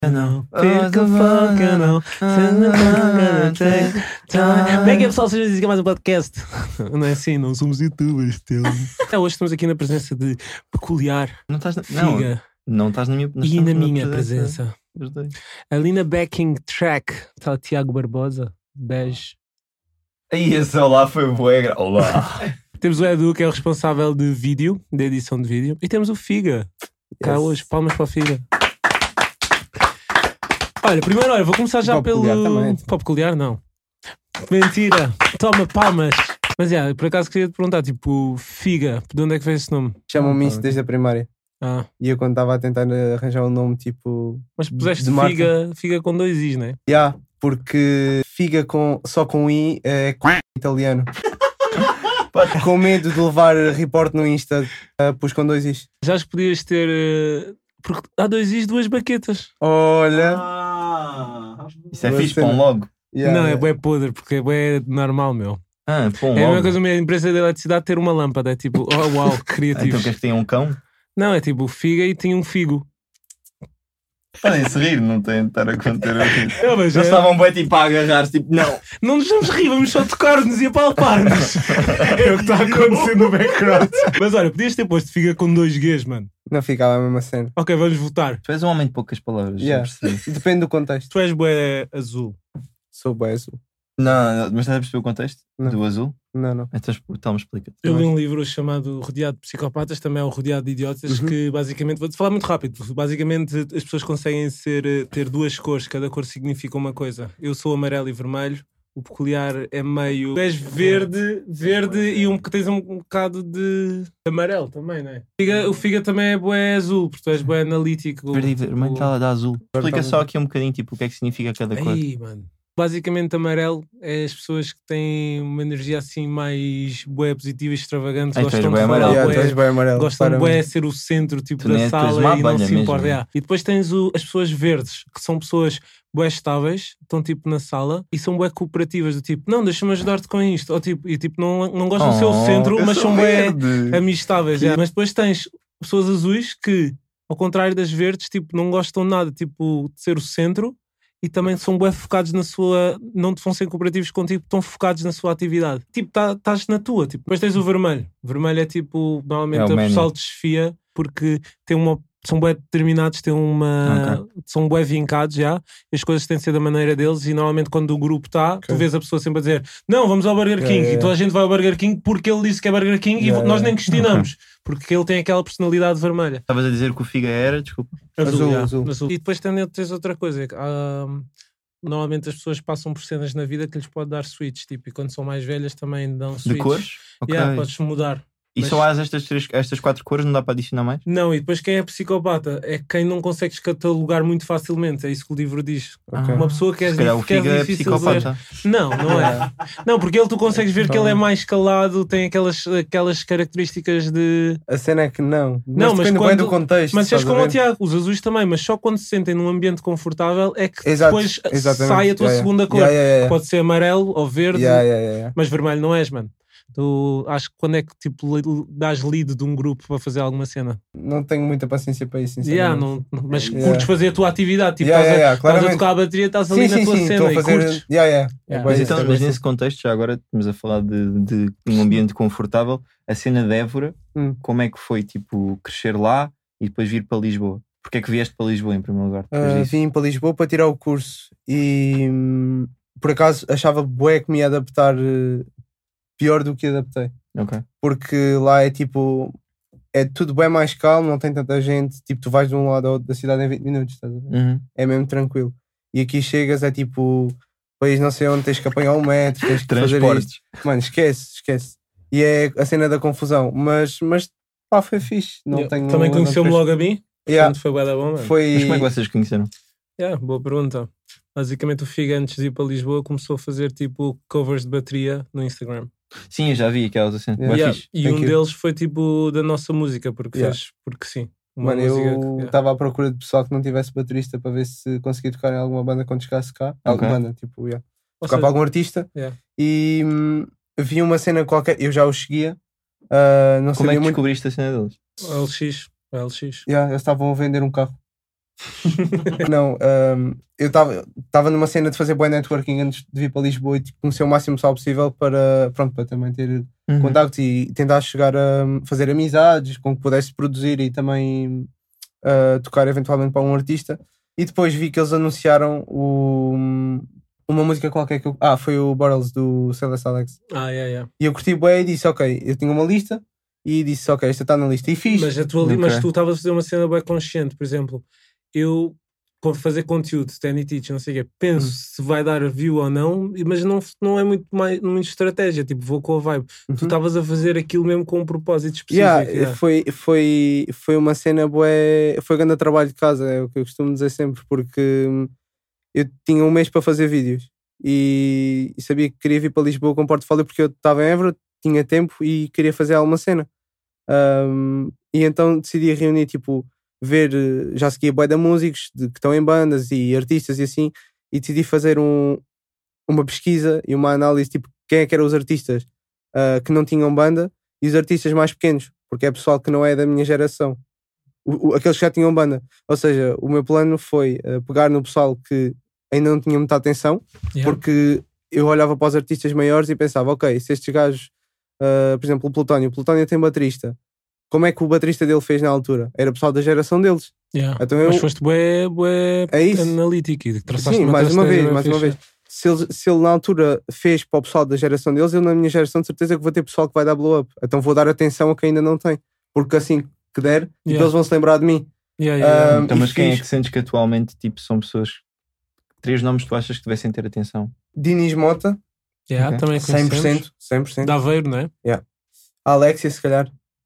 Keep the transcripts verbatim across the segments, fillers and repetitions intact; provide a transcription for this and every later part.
Não, perca o foco, não. Como é que é, pessoal? Sejam bem-vindos a mais um podcast. Não é assim, não somos youtubers. É, hoje estamos aqui na presença de Peculiar, não estás na, Figa, não, não estás na minha e na minha presença. presença. Ali na backing track está o Tiago Barbosa. Beijo. Aí esse olá foi bué. Olá. Temos o Edu, que é o responsável de vídeo, da edição de vídeo. E temos o Figa. Cá Yes. hoje, palmas para o Figa. Olha, primeiro, olha, vou começar já Para pelo... peculiar também. Para peculiar, não. Mentira. Toma palmas. Mas, é, por acaso queria te perguntar, tipo, Figa, de onde é que veio esse nome? Chamam-me isso desde a primária. Ah, E eu quando estava a tentar arranjar um nome tipo... mas puseste de marca. Figa, Figa com dois Is, não é? Yeah, porque figa com, só com I é italiano. Com medo de levar report no Insta, uh, pus com dois Is. Já acho que podias ter... eh, Porque há dois Is, duas baquetas. Olha. Ah, isso é Boa fixe, cena. põe logo. Yeah, não, é yeah. bué podre, porque é bué normal, meu. Ah, põe É a logo. mesma coisa, uma empresa de eletricidade ter uma lâmpada. É tipo, oh uau, que Ah, criativo. então queres que tenha um cão? Não, é tipo, Figa e tem um figo. Podem-se rir, não têm de estar a conter o rir. Não, mas Eles é- estavam bem tipo a agarrar-se, tipo, não. Não nos vamos rir, vamos só tocar-nos e apalpar-nos. É o que está a acontecer no background. Mas olha, podias ter posto Figa com dois Gs, mano. Não ficava a mesma cena. Ok, vamos votar. Tu és um homem de poucas palavras, Yeah. já percebi. Depende do contexto. Tu és bué azul. Sou bué azul. Não, não, mas estás a perceber o contexto? Não. Do azul? Não, não. Então, então explica-te. Eu li um livro chamado Rodeado de Psicopatas, também é o Rodeado de Idiotas, Uhum. que basicamente, vou-te falar muito rápido, basicamente as pessoas conseguem ser, eh, ter duas cores, cada cor significa uma coisa. Eu sou amarelo e vermelho, o Peculiar é meio... Tu és verde, verde e um, tens um, um bocado de amarelo também, não é? Figa, o Figa também é bué azul, porque tu és bué analítico. Verde e vermelho, O- está dá azul. Explica tá só bom. aqui um bocadinho tipo o que é que significa cada cor. Aí, mano. Basicamente, amarelo é as pessoas que têm uma energia assim mais bué positiva e extravagante, Ai, tu és gostam de bué falar amarelo. Yeah, tu bué, és bem amarelo. gostam de claramente. bué ser o centro tipo, Tu da nem- tu és sala uma e não abelha se importa. mesmo. yeah. E depois tens o- as pessoas verdes, que são pessoas bué estáveis, estão tipo na sala e são bué cooperativas, do tipo, não, deixa-me ajudar-te com isto. Ou, tipo, e tipo, não, não gostam de ser o Oh, centro, eu mas sou são bué verde. amistáveis. yeah. Mas depois tens pessoas azuis que, ao contrário das verdes, tipo, não gostam nada tipo, de ser o centro. E também são bué focados na sua... Não te vão ser cooperativos contigo, estão focados na sua atividade. Tipo, estás na tua. Tipo. Depois tens o vermelho. O vermelho é tipo... Normalmente É o a man. pessoa desfia porque tem uma... São bué determinados, têm uma... São bué vincados já. E as coisas têm de ser da maneira deles. E normalmente quando o grupo está, tu Ok. vês a pessoa sempre a dizer não, vamos ao Burger King. Yeah, yeah, E toda a gente vai ao Burger King porque ele disse que é Burger King Yeah, e nós yeah. nem questionamos. Porque ele tem aquela personalidade vermelha. Estavas a dizer que o Figa era, desculpa. Azul, yeah, azul. E depois também tens outra coisa. é que, ah, normalmente as pessoas passam por cenas na vida que lhes pode dar switch. Tipo, e quando são mais velhas também dão switch. De cores? Ok. Yeah, podes mudar. E mas- só há estas, três, estas quatro cores, não dá para adicionar mais? Não, e depois quem é psicopata é quem não consegue catalogar muito facilmente. É isso que o livro diz. Ok. Uma pessoa que é, Se calhar o que é Figa é difícil de ler. psicopata. Não, não é. Não, porque ele tu consegues ver que ele é mais calado, tem aquelas, aquelas características de... A cena é que não. Mas Não, mas depende bem quando- do contexto. Mas és estás a como o ver? Tiago, os azuis também, mas só quando se sentem num ambiente confortável é que Exato, depois exatamente. sai a tua Yeah, yeah. segunda cor. Yeah, yeah, yeah. Pode ser amarelo ou verde, Yeah, yeah, yeah, yeah. mas vermelho não és, mano. Tu acho que quando é que tipo li- dás lead de um grupo para fazer alguma cena? Não tenho muita paciência para isso, Yeah, sinceramente. não, mas Yeah. curtes fazer a tua atividade, tipo, Yeah, estás, yeah, a, yeah, estás a claramente. tocar a bateria, estás Sim, ali sim, na tua sim, cena estou a e fazer... curtes. Yeah, yeah. Yeah. É Mas bem então, isso, é mas bem nesse isso. contexto, já agora estamos a falar de, de um ambiente confortável, a cena de Évora, Hum. como é que foi, tipo, crescer lá e depois vir para Lisboa? Porque é que vieste para Lisboa em primeiro lugar? depois Ah, disso? vim para Lisboa para tirar o curso e hum, por acaso achava bué que me ia adaptar eh, pior do que adaptei. Ok. Porque lá é tipo, é tudo bem mais calmo, não tem tanta gente, tipo tu vais de um lado ao outro da cidade em vinte minutos, estás a ver? Uhum. É mesmo tranquilo. E aqui chegas, é tipo, país não sei onde, tens que apanhar um metro, tens que fazer Transportes. isto. Mano, esquece, esquece. E é a cena da confusão, mas, mas pá, foi fixe. Não Yeah. tenho, Também não conheceu-me depois- logo a mim, Yeah, portanto foi bué da bom, mano. foi... Mas como é que vocês conheceram? Yeah, boa pergunta. Basicamente o Figa antes de ir para Lisboa começou a fazer tipo covers de bateria no Instagram. Sim, eu já vi aquelas assim. Yeah. Bué Yeah, fixe. E Thank um you. deles foi tipo da nossa música, porque Yeah. fez, porque sim. Uma Mano, música eu que- yeah. estava à procura de pessoal que não tivesse baterista para ver se conseguia tocar em alguma banda quando chegasse cá. Alguma Ok. banda, tipo, yeah. Ou tocar seja, para algum artista. Yeah. E hum, vi uma cena qualquer, eu já os seguia, ah, não Como é sabia que muito. descobriste a cena deles? o L X, o L X. Yeah, eles estavam a vender um carro. Não, um, eu estava numa cena de fazer bué networking antes de vir para Lisboa e tipo, conhecer o máximo pessoal possível para, pronto, para também ter Uhum. contactos e tentar chegar a fazer amizades com que pudesse produzir e também uh, tocar eventualmente para um artista. E depois vi que eles anunciaram o, uma música qualquer que eu... Ah, foi o Bottles do Celeste Alex. Ah, yeah, yeah. E eu curti bué e disse, ok, eu tinha uma lista e disse, ok, esta está na lista. E fiz. Mas, a tua, Ok. mas tu estavas a fazer uma cena bem consciente, por exemplo, eu com fazer conteúdo, stand teach, não sei o quê, penso Hum. se vai dar view ou não, mas não, não é muito, mais, muito estratégia, tipo, vou com a vibe. Tu Uhum. estavas a fazer aquilo mesmo com um propósito específico. Yeah, yeah. Foi, foi, foi uma cena bué, foi grande trabalho de casa, é o que eu costumo dizer sempre, porque hum, eu tinha um mês para fazer vídeos e, e sabia que queria vir para Lisboa com portfólio porque eu estava em Évora, tinha tempo e queria fazer alguma cena. Um, e então decidi reunir, tipo, ver, eh, já seguia bué de músicos de, que estão em bandas e artistas e assim, e decidi fazer um, uma pesquisa e uma análise, tipo, quem é que eram os artistas uh, que não tinham banda e os artistas mais pequenos, porque é pessoal que não é da minha geração, o, o, aqueles que já tinham banda. Ou seja, o meu plano foi uh, pegar no pessoal que ainda não tinha muita atenção, Yeah. porque eu olhava para os artistas maiores e pensava, ok, se estes gajos, uh, por exemplo, o Plutónio, o Plutónio tem baterista, como é que o baterista dele fez na altura? Era pessoal da geração deles. Yeah. Então eu- Mas foste bué, bué É isso. analítico e traçaste Sim, uma mais uma estratégia vez, bem mais uma fixe. vez. Se ele, se ele na altura fez para o pessoal da geração deles, eu na minha geração de certeza que vou ter pessoal que vai dar blow up. Então vou dar atenção a quem ainda não tem. Porque assim que der, tipo, Yeah. eles vão se lembrar de mim. Yeah, yeah, yeah. Um, Então, e mas quem é fiz que sentes que atualmente tipo, são pessoas... Três nomes que tu achas que devessem ter atenção? Dinis Mota, Yeah, Ok. também cem por conhecemos. cento. cem por cento. De Aveiro, não é? A Alexia, se calhar.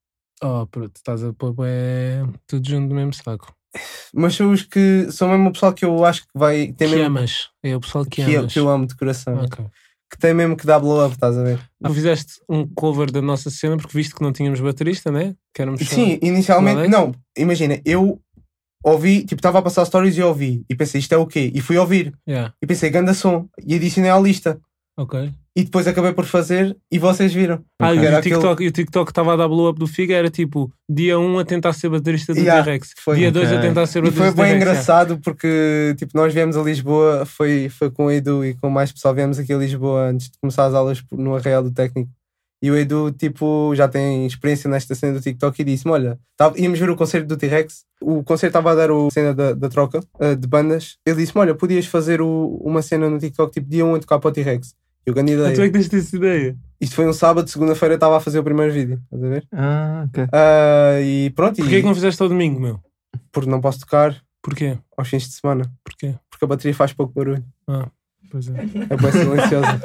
Oh, pronto, estás a pôr bué, tudo junto do mesmo saco. Mas são os que são mesmo o pessoal que eu acho que vai ter Que mesmo. amas. É o pessoal que Que, eu, amas. que eu amo de coração. Ok. Que tem mesmo que dar blow up, estás a ver? Tu fizeste um cover da nossa cena porque viste que não tínhamos baterista, né? Que éramos só- Sim, inicialmente, Alex? não, imagina, eu ouvi, tipo, estava a passar stories e ouvi, e pensei, isto é o quê? E fui ouvir, Yeah. e pensei, ganda som, e adicionei à lista, Ok. e depois acabei por fazer, e vocês viram. Ah, Que e era o TikTok, e o TikTok estava a dar blow up do Figa, era tipo, dia um a tentar ser baterista do Yeah, T-Rex, foi. dia dois Ok. a tentar ser E foi baterista do bem T-Rex. engraçado, porque, tipo, nós viemos a Lisboa, foi, foi com o Edu e com mais pessoal, viemos aqui a Lisboa antes de começar as aulas no Arraial do Técnico. E o Edu, tipo, já tem experiência nesta cena do TikTok e disse-me, olha, tá, íamos ver o concerto do T-Rex, o concerto estava a dar a cena da, da troca uh, de bandas, ele disse-me, olha, podias fazer o, uma cena no TikTok, tipo, dia um a tocar para o T-Rex. Eu ganhei Ah, tu é ideia. que deste essa ideia? Isto foi um sábado, segunda-feira eu estava a fazer o primeiro vídeo, estás a ver? Ah, ok. Uh, e pronto, Porquê e, é que não fizeste ao domingo, meu? porque não posso tocar Porquê? aos fins de semana, Porquê? porque a bateria faz pouco barulho, Ah, pois é. é bem silenciosa.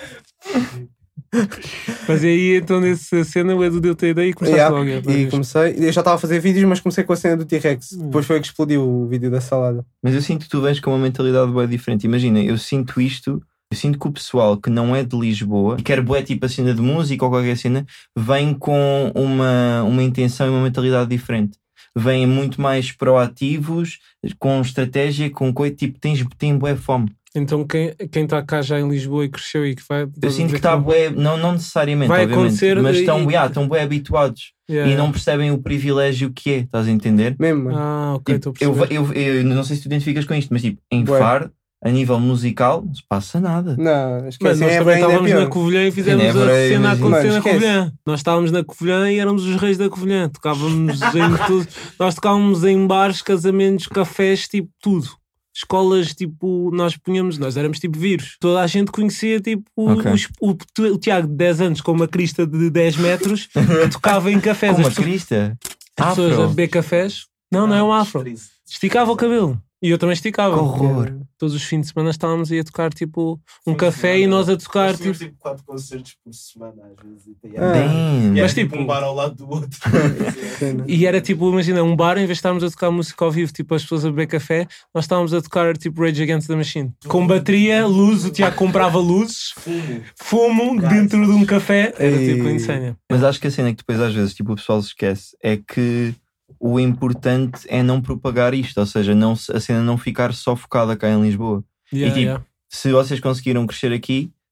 Mas e aí, então, nessa cena, o Edu deu-te a ideia e começaste Yeah, logo. a e ver. comecei, eu já estava a fazer vídeos, mas comecei com a cena do T-Rex. Hum. Depois foi que explodiu o vídeo da salada. Mas eu sinto que tu vens com uma mentalidade bem diferente. Imagina, eu sinto isto, eu sinto que o pessoal que não é de Lisboa e quer bué tipo a cena de música ou qualquer cena, vem com uma, uma intenção e uma mentalidade diferente. Vêm muito mais proativos, com estratégia, com coisa, tipo, tens, tem bué fome. Então, quem quem está cá já em Lisboa e cresceu e que vai. Eu sinto que está bué, não, não necessariamente, Vai obviamente, acontecer mas e- estão, yeah, estão bué habituados Yeah, e não yeah. percebem o privilégio que é, estás a entender? Mesmo, mano. Ah, ok, estou Tipo, a eu, perceber. eu, eu não sei se tu identificas com isto, mas tipo, em Bué. Faro, a nível musical, não se passa nada. Não, Mas esquece, nós é também ainda é estávamos pior. na Covilhã e fizemos Em Évora, a cena imagino. acontecer Mano, na esquece. Covilhã. Nós estávamos na Covilhã e éramos os reis da Covilhã. Tocávamos em tudo. Nós tocávamos em bares, casamentos, cafés, tipo tudo. Escolas, tipo, nós punhamos, nós éramos tipo vírus. Toda a gente conhecia, tipo, Ok. os- o, o Tiago de dez anos com uma crista de dez metros que tocava em cafés. Com uma As pessoas- crista? as pessoas a Afro? beber cafés. Não, não é um afro. Esticava o cabelo. E eu também esticava. Que horror. Todos os fins de semana estávamos aí a tocar tipo um café e nós a tocar Nós tipo. tínhamos tipo quatro concertos por semana às vezes. E, tem- Ah. Damn. e era Mas, tipo tipo- um bar ao lado do outro. Cena. E era tipo, imagina, um bar, em vez de estarmos a tocar música ao vivo, tipo as pessoas a beber café, nós estávamos a tocar tipo Rage Against the Machine. Com bateria, luz, o Tiago comprava luzes, Fumo. fumo Gás. dentro de um café. Era Ei. tipo insano. Mas acho que a cena que depois às vezes tipo, o pessoal se esquece é que o importante é não propagar isto, ou seja, não, se- a cena não ficar só focada cá em Lisboa. Yeah, tipo, yeah. Se vocês conseguiram crescer aqui,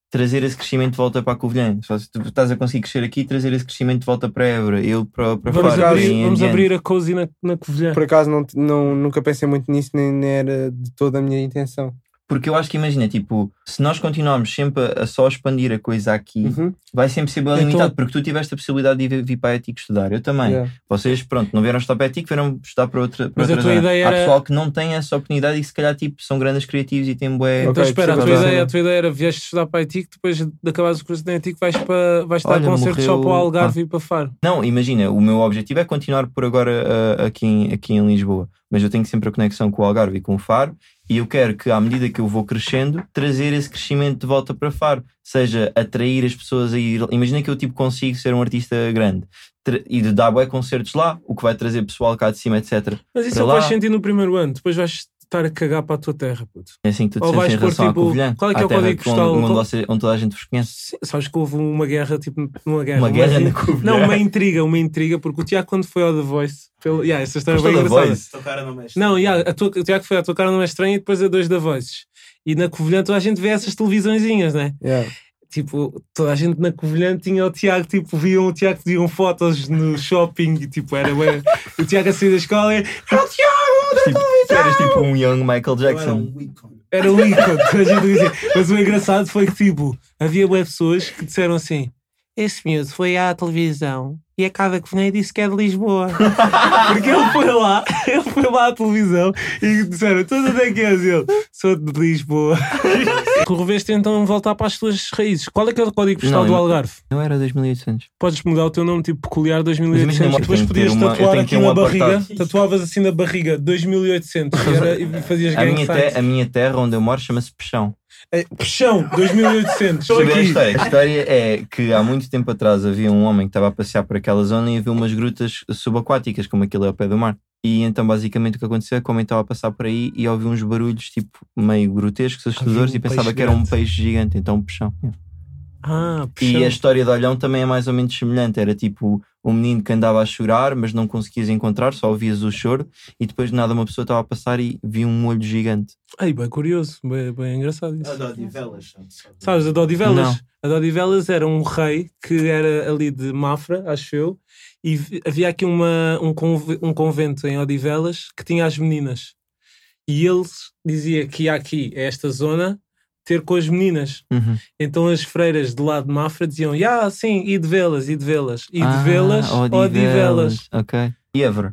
trazer esse crescimento de volta para a Covilhã. Só se tu estás a conseguir crescer aqui, trazer esse crescimento de volta para Évora, eu para, para Vamos, Faro. abrir, em vamos adiante. abrir a Cozy na, na Covilhã. Por acaso não, não, nunca pensei muito nisso, nem, nem era de toda a minha intenção. Porque eu acho que, imagina, tipo, se nós continuarmos sempre a, a só expandir a coisa aqui, Uhum. vai sempre ser bem Então- limitado, porque tu tiveste a possibilidade de vir, vir para a Ético estudar, eu também. Yeah. Vocês, pronto, não vieram estudar para a Ético, vieram estudar para outra, para Mas a outra tua zona. ideia Há era- pessoal que não tem essa oportunidade e que se calhar, tipo, são grandes criativos e têm bué... Então Ok, espera, a tua, percebo. ideia, a tua ideia era vieste estudar para a ETIC, depois de acabares o curso da ETIC vais, para, vais estar Olha, concertos só morreu- para o Algarve e para Faro. Não, imagina, o meu objetivo é continuar por agora uh, aqui, em, aqui em Lisboa, mas eu tenho sempre a conexão com o Algarve e com o Faro, e eu quero que, à medida que eu vou crescendo, trazer esse crescimento de volta para Faro, seja atrair as pessoas a ir. Imagina que eu tipo consigo ser um artista grande tra- e de dar bué concertos lá, o que vai trazer pessoal cá de cima, etcétera. Mas isso Para só faz lá. sentido no primeiro ano, depois vais estar a cagar para a tua terra, puto. É assim que tu Ou disseste vais em pôr, relação tipo, à Covilhã, qual é que é à o terra código que- postal? onde, Qual- você- onde toda a gente vos conhece. Sim, sabes que houve uma guerra, tipo, uma guerra. Uma guerra ri- na Covilhã. Não, uma intriga, uma intriga, porque o Tiago, quando foi ao The Voice, pelo... yeah, essa história é Foste bem ao The engraçada. Voice? Tua cara não mexe. Não, yeah, a tua, o Tiago foi à tua cara não é estranha e depois a dois da Voices. E na Covilhã toda a gente vê essas televisõezinhas, né? Yeah. Tipo, toda a gente na Covilhã tinha o Tiago, tipo, viam o Tiago, pediam fotos no shopping e tipo, era ué, o Tiago a sair da escola e é o Tiago! Tipo, tu eras tipo um young Michael Eu era Jackson. um ícone. Era o ícone, toda a gente dizia. Mas o engraçado foi que, tipo, havia bué pessoas que disseram assim: esse miúdo foi à televisão e a cada que vinha disse que é de Lisboa. Porque ele foi lá, ele foi lá à televisão e disseram: tu de onde é que és? Ele: sou de Lisboa. Tu reveste então voltar para as tuas raízes. Qual é que é o código postal Não, do eu- Algarve? Não era dois mil e oitocentos. Podes mudar o teu nome tipo peculiar dois mil e Mas oitocentos imagina, e depois eu tenho que podias ter uma- eu tatuar tenho aqui que ter um na barriga, apartado. tatuavas assim na barriga dois mil e oitocentos e, era, e fazias A gang minha, signs. te- a minha terra onde eu moro chama-se Peixão. É, Peixão, dois mil e oitocentos. Estou Sabe a aqui. história? A história é que há muito tempo atrás havia um homem que estava a passear por aquela zona e havia umas grutas subaquáticas, como aquilo é ao pé do mar. E então basicamente o que aconteceu é que o homem estava a passar por aí e ouviu uns barulhos tipo meio grotescos, assustadores, um e pensava peixe que era um grande. peixe gigante, então um peixão. Ah, E Peixão. a história de Olhão também é mais ou menos semelhante. Era tipo um menino que andava a chorar, mas não conseguias encontrar, só ouvias o choro, e depois de nada uma pessoa estava a passar e via um olho gigante. Ai, bem curioso, bem, bem engraçado isso. A Dodivelas. Sabes, a Dodivelas? Não. A Dodivelas era um rei que era ali de Mafra, acho eu, e vi- havia aqui uma, um, conve- um convento em Odivelas que tinha as meninas. E ele dizia que ia aqui, a esta zona, ter com as meninas. Uhum. Então as freiras de lá de Mafra diziam: ah, sim, e de vê-las, e de vê-las, e de Ah, vê-las, Odivelas. Ok. E Évora?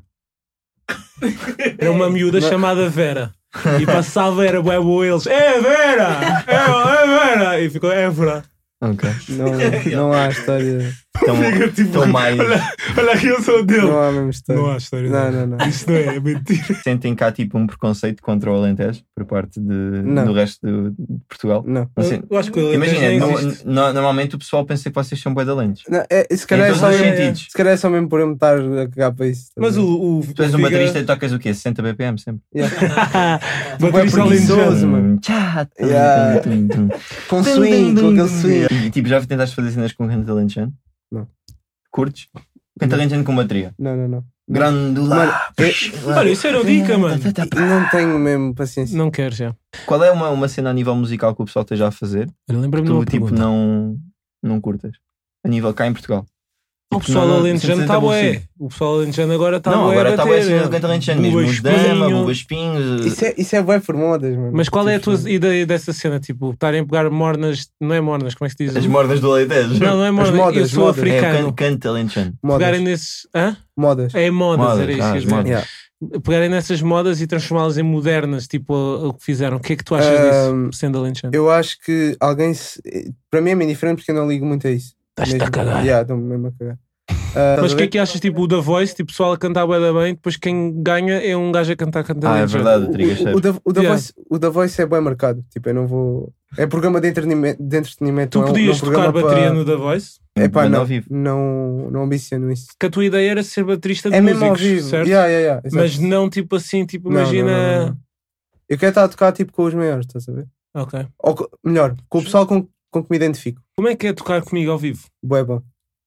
Era uma miúda chamada Vera. E passava, era bué boa eles: é Vera! É, é Vera! E ficou Évora. Ok. Não, não há história. Então, Fica tipo, então mais olha, olha a reação dele. Não há a mesma história. Não há história. Não, não, não. Isso não é, é mentira. sentem cá tipo um preconceito contra o Alentejo por parte de, Não. do resto de, de Portugal? Não. Não sei. Eu acho que o Alentejo Imagina, nem no- existe. no- normalmente o pessoal pensa que vocês são bué de Alentes. Não, é, se, calhar Em é só todos os mesmo, sentidos. se calhar é só mesmo por eu me estar a cagar para isso. tá Mas a ver? o, o, Tu és o um Figa- baterista e tocas o quê? sessenta B P M sempre. Yeah. Baterista Bué preguiçoso, alentejano. mano. Hum, tchá, tum, Yeah. tum, tum, tum. Com swing, com aquele swing. E tipo, já tentaste fazer cenas com canto alentejano? Não. Curtes? Canto alentejano com bateria. Não, não, não. Grandula. Mano, Olha, isso era o dica, mano. E não tenho mesmo paciência. Não quero já. Qual é uma, uma cena a nível musical que o pessoal esteja a fazer Olha, lembra-me de que uma tu tipo pergunta. não, não curtas? A nível cá em Portugal. O Tipo, pessoal não- não- alentejano cem está por cento bué. aborrecido. O pessoal alentejano agora está Não, bué agora a está bater. bem a cena do canto alentejano mesmo. Buba Mudama, espinho. buba espinhos. Isso é, isso é bué por modas, mano. Mas qual é a tua Tipo, ideia dessa cena? Tipo, estarem a pegar mornas... Não é mornas, como é que se diz? As mordas do Alentejo. Não, não é mornas. modas, eu sou modas. É o africano. can- canto alentejano. modas. Pegarem nesses... Hã? Modas. É modas, Modas, era isso ah, que eu ia as dizer. modas. Yeah. Pegarem nessas modas e transformá-las em modernas, tipo o, o que fizeram. O que é que tu achas Um, disso, sendo alentejano? Eu acho que alguém se... Para mim é meio diferente porque eu não ligo muito a isso. Estás-te a Mesmo. cagar. Yeah, estou-me mesmo a cagar. Ah, Mas estás o a que é ver? que achas, tipo, o The Voice, tipo, o pessoal a cantar bué da bem, depois quem ganha é um gajo a cantar cantar Ah, é alentejano. verdade, o O, Trigas o, da, o, da Yeah. Voice, o da Voice é bem marcado. Tipo, eu não vou. É programa de entretenimento. De entretenimento Tu não é um- podias não é um tocar programa bateria para- no The Voice? É pá, Banda não, ao vivo. não, não ambiciono isso. Que a tua ideia era ser baterista de É mesmo ao músicos, vivo. certo? Yeah, yeah, yeah, exato. Mas não tipo assim, tipo, Não, imagina... não, não, não, não. Eu quero estar a tocar tipo com os maiores, estás a ver? Ok. Ou co- melhor, com o pessoal com, com que me identifico. Como é que é tocar comigo ao vivo? Bué bom.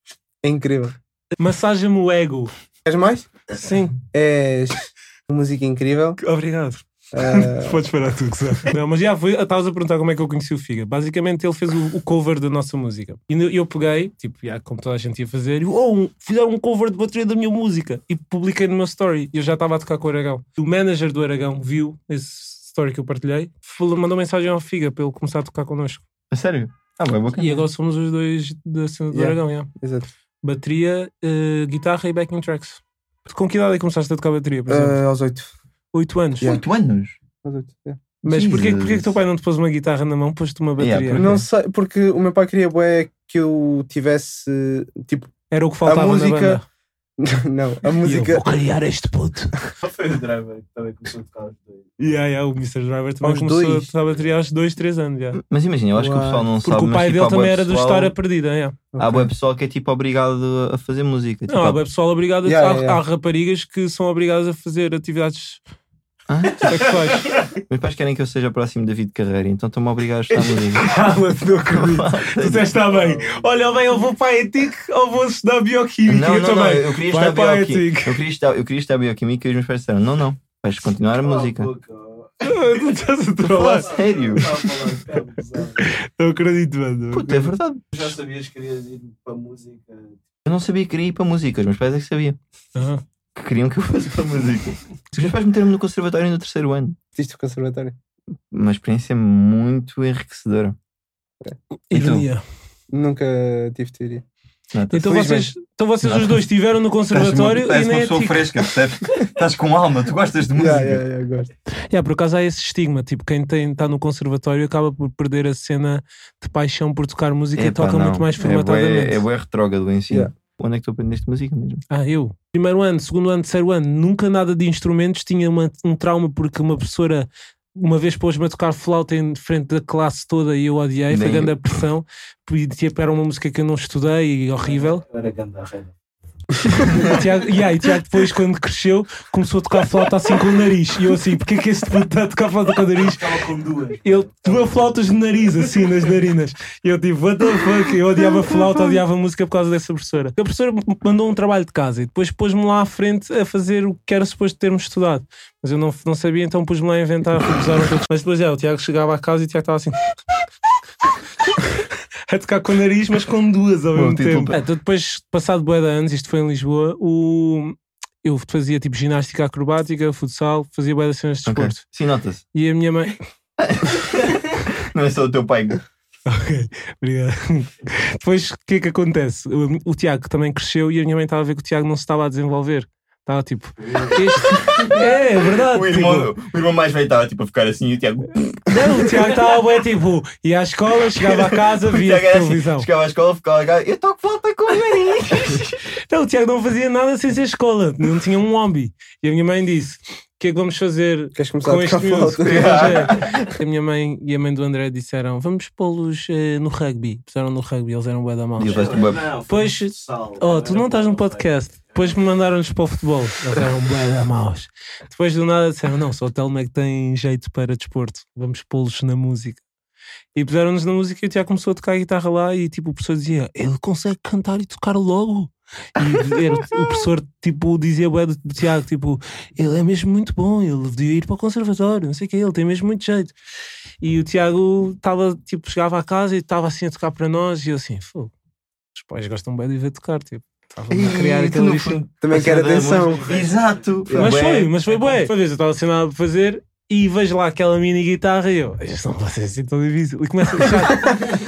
É incrível. Massagem-me o ego. Queres mais? Sim. És uma música incrível. Obrigado. Uh, Podes parar tu, que não, mas já foi. Estavas a perguntar como é que eu conheci o Figa. Basicamente, ele fez o, o cover da nossa música. E eu, eu peguei, tipo, já, como toda a gente ia fazer, e oh, um, fizeram um cover de bateria da minha música e publiquei no meu story. E eu já estava a tocar com o Aragão. O manager do Aragão viu esse story que eu partilhei, falou, mandou mensagem ao Figa para ele começar a tocar connosco. A sério? Ah, bem bacana. E agora somos os dois da cena do Yeah. Aragão. Yeah. Exato. Bateria, uh, guitarra e backing tracks. Com que idade é que começaste a tocar bateria, por exemplo? Uh, aos oito. Oito anos. Yeah. Oito anos? Aos oito, yeah. Mas porquê, Jesus. porquê que teu pai não te pôs uma guitarra na mão, pôs-te uma bateria? Yeah, Não sei, porque o meu pai queria bué que eu tivesse, tipo, Era o que faltava a música... na banda. Não, a E eu música... vou criar este puto. Qual foi o driver que também começou a tocar os dois? Yeah, yeah, o mister Driver também Aos começou dois? a tocar bateria aos dois, três anos. Yeah. Mas imagina, eu acho que o Uau. pessoal não Porque sabe. o pai mas, dele tipo, há também bué era do pessoal- História Perdida. Yeah. Há bué pessoal que é tipo obrigado a fazer música. Tipo, Não, há- há bué pessoal obrigado a... Yeah, há, yeah. há raparigas que são obrigadas a fazer atividades Hã? sexuais. Meus pais querem que eu seja próximo da David Carreira, então estão-me obrigados a estudar música. Cala-te, não acredito. Tu disseste, está bem. Olha, bem, eu vou para a E T I C ou vou estudar bioquímica. Não, eu não, não, também. eu queria Vai estudar para a bioquímica. E T I C. Eu queria estudar, eu queria estudar bioquímica e os meus pais disseram: não, não, vais continuar a música. Não estás a Fala trollar. sério? Não acredito, mano. Puta, é verdade. Já sabias que querias ir para a música? Eu não sabia que queria ir para música, os meus pais é que sabiam. Ah. Que queriam que eu fosse para música. Os meus pais meteram-me no conservatório no terceiro ano. Existe o conservatório. Uma experiência muito enriquecedora. Ironia. Nunca tive teoria. Não, tá- Então Felizmente. vocês, então vocês os dois estiveram no conservatório e nem é tico. fresca, percebes? Estás com alma, tu gostas de Yeah, yeah, yeah, gosto. Yeah, por acaso há esse estigma, tipo, quem está no conservatório acaba por perder a cena de paixão por tocar música e Epá, toca não. muito mais É formatadamente. bué- É bué retrógrado o ensino. Yeah. Onde é que tu aprendeste música mesmo? Ah, eu. Primeiro ano, segundo ano, terceiro ano, nunca nada de instrumentos, tinha uma- um trauma porque uma professora uma vez pôs-me a tocar flauta em frente da classe toda e eu odiei, foi Nem- grande a pressão, e tipo, era uma música que eu não estudei e horrível. Era ganda reda. E Tiago, yeah, e Tiago depois, quando cresceu, começou a tocar flauta assim com o nariz. E eu assim, porque é que este puto está a tocar flauta com o nariz? Estava com duas. Ele tomou flautas de nariz, assim, nas narinas. E eu tipo, what the fuck? Eu odiava flauta, odiava música por causa dessa professora. A professora me mandou um trabalho de casa e depois pôs-me lá à frente a fazer o que era suposto termos estudado. Mas eu não, não sabia, então pus-me lá a inventar, recusaram todos. Mas depois, é, o Tiago chegava à casa e o Tiago estava assim... a tocar com o nariz, mas com duas ao Bom, mesmo título. tempo. É, então depois, passado bué de anos, isto foi em Lisboa, o... eu fazia tipo ginástica acrobática, futsal, fazia bué de cenas de Ok. desporto. Sim, nota-se. E a minha mãe... Não é só o teu pai. Ok, obrigado. Depois, o que é que acontece? O, o Tiago também cresceu e a minha mãe estava a ver que o Tiago não se estava a desenvolver. Estava tipo... Este... É, é verdade. O irmão, o irmão mais velho estava tipo a ficar assim e o Tiago. Tipo, não, o Tiago estava bué, tipo... Ia à escola, chegava à casa, O via Tiago era assim, televisão. chegava à escola, ficava lá, eu toco flauta com o nariz. Não, o Tiago não fazia nada sem ser escola. Não tinha um hobby. E a minha mãe disse... O que é que vamos fazer Queres começar com a este tocar miúdo? flauta? A minha mãe e a mãe do André disseram: vamos pô-los eh, no rugby. Puseram no rugby, eles eram bué da maus. E eu faço tipo, Não, Pois- foi futsal. Oh, tu não estás num podcast. Depois me mandaram-nos para o futebol. Eles eram bué da maus. Depois do nada disseram: não, só o Telmo é que tem jeito para desporto. Vamos pô-los na música. E puseram-nos na música e o Tiago começou a tocar a guitarra lá e tipo o professor dizia: ele consegue cantar e tocar logo. E era, o professor tipo dizia bué do, do Tiago, tipo, ele é mesmo muito bom, ele devia ir para o conservatório, não sei o que, ele tem mesmo muito jeito. E o Tiago estava, tipo, chegava à casa e estava assim a tocar para nós e eu assim, fogo, os pais gostam bem de ver tocar, tipo, estavam a criar Ih, tu aquele no bicho. fundo- Também quero atenção. Exato. Mas Bué. foi, mas foi bué. Uma vez eu estava sem nada para fazer e vejo lá aquela mini guitarra e eu, isto não vai ser assim tão difícil. E começo a tocar.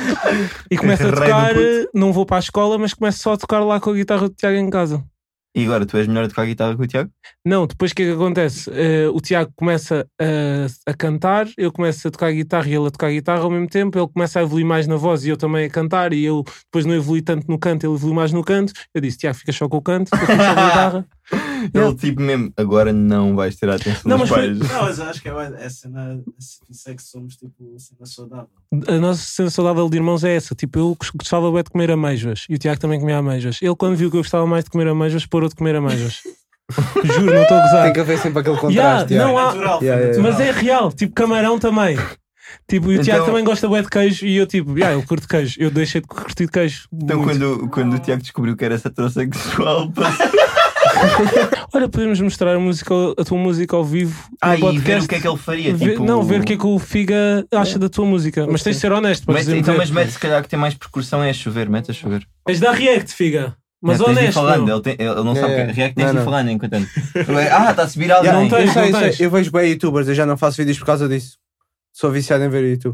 E começo a Rei do tocar, puto. não vou para a escola, mas começo só a tocar lá com a guitarra do Tiago em casa. E agora tu és melhor a tocar guitarra que o Tiago? Não, depois o que é que acontece? Eh, o Tiago começa a, a cantar, eu começo a tocar guitarra e ele a tocar guitarra ao mesmo tempo, ele começa a evoluir mais na voz e eu também a cantar e eu depois não evolui tanto no canto, ele evolui mais no canto. Eu disse, Tiago, fica só com o canto, eu fico só com a guitarra. Ele tipo mesmo, agora não vais ter a atenção Não, dos mas foi- pais. Não, mas eu acho que é a cena. Isso é que somos tipo a cena saudável. A nossa cena saudável de irmãos é essa, tipo, eu gostava bem de comer amêijoas e o Tiago também comia amêijoas. Ele quando viu que eu gostava mais de comer amêijoas, parou de comer amêijoas. Juro, não estou a gozar. Tem que haver sempre aquele Yeah, contraste. yeah. não há- Natural, foi Yeah, yeah, natural. Mas é real, tipo camarão também. Tipo, e o Tiago Então- também gosta bué de queijo e eu tipo, yeah, eu curto queijo, eu deixei de curtir de queijo. Então muito. quando, quando o Tiago descobriu que era heterossexual, passou- Olha, podemos mostrar a, música, a tua música ao vivo. Ah, no e podcast. ver o que é que ele faria. Ver- tipo... Não, ver o que é que o Figa acha da tua música. Mas tens de ser honesto para Mete- dizer. Então, mas mete se calhar que tem mais percussão é a chover, mete a chover. Tens de dar react, Figa. Mas É, tens de ir honesto. falando, meu. ele, tem- ele não É, sabe é. que react tens Não, de ir não. falando enquanto. Ah, está a subir alguém. não Eu tens. sei, eu, sei, tens. eu vejo bem youtubers, eu já não faço vídeos por causa disso. Sou viciado em ver YouTube.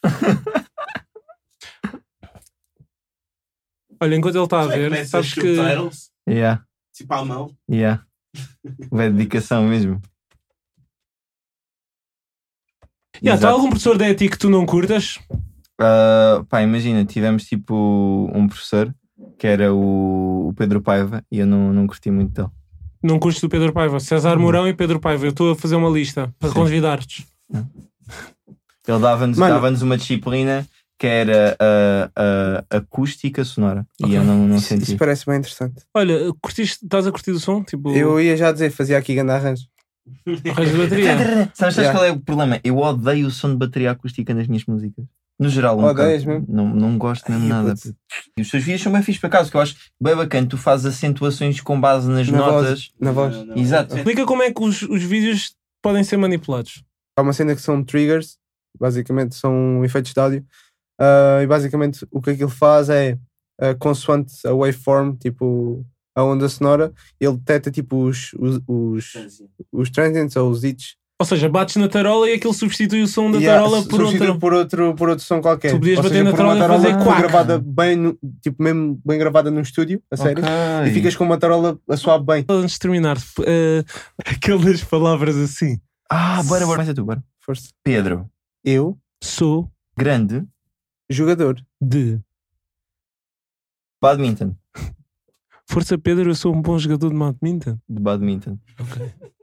Olha, enquanto ele está a Já ver, começa sabes os que. subtitles, Yeah, tipo à mão. yeah. Vai dedicação mesmo. Yeah, está Exato. algum professor de ética que tu não curtas? Ah, pá, imagina, tivemos tipo um professor que era o, o Pedro Paiva e eu não, não curti muito dele. Não curtes do Pedro Paiva? César Mourão e Pedro Paiva. Eu estou a fazer uma lista para Sim. convidar-te. Ele dava-nos Mano. dava-nos uma disciplina que era a, a acústica sonora e eu não, não Isso, senti. isso parece bem interessante. Olha, curtiste, estás a curtir o som? Tipo, Eu ia já dizer, fazia aqui grande arranjo. arranjo de bateria. Sabes, sabes Yeah. qual é o problema? Eu odeio o som de bateria acústica nas minhas músicas. No geral, um Odeias bocado. mesmo? Não, não gosto mesmo Ai, nada. putz. E os teus vídeos são bem fixos por acaso, que eu acho bem bacana. Tu fazes acentuações com base nas Na notas. voz. Na voz. Não, não. Exato. Explica como é que os, os vídeos podem ser manipulados. Há uma cena que são triggers, basicamente são efeitos de áudio. Ah, e basicamente o que aquilo faz é, ah, consoante a waveform, tipo a onda sonora, ele detecta tipo os, os, os, os transients ou os hits. Ou seja, bates na tarola e aquilo substitui o som da E há- tarola por substitui outra. por outro, por outro som qualquer. Tu podias Ou bater seja, na por uma tarola e fazer que foi quack. gravada bem, no- tipo mesmo bem gravada num estúdio, a sério. Ok. E ficas com uma tarola a soar bem. Antes de terminar, eh, aquelas palavras assim. Ah, bora, bora. Começa tu, bora. Força. Pedro, Eu, Sou grande jogador. de. badminton. Força Pedro, eu sou um bom jogador de badminton. De badminton. Ok.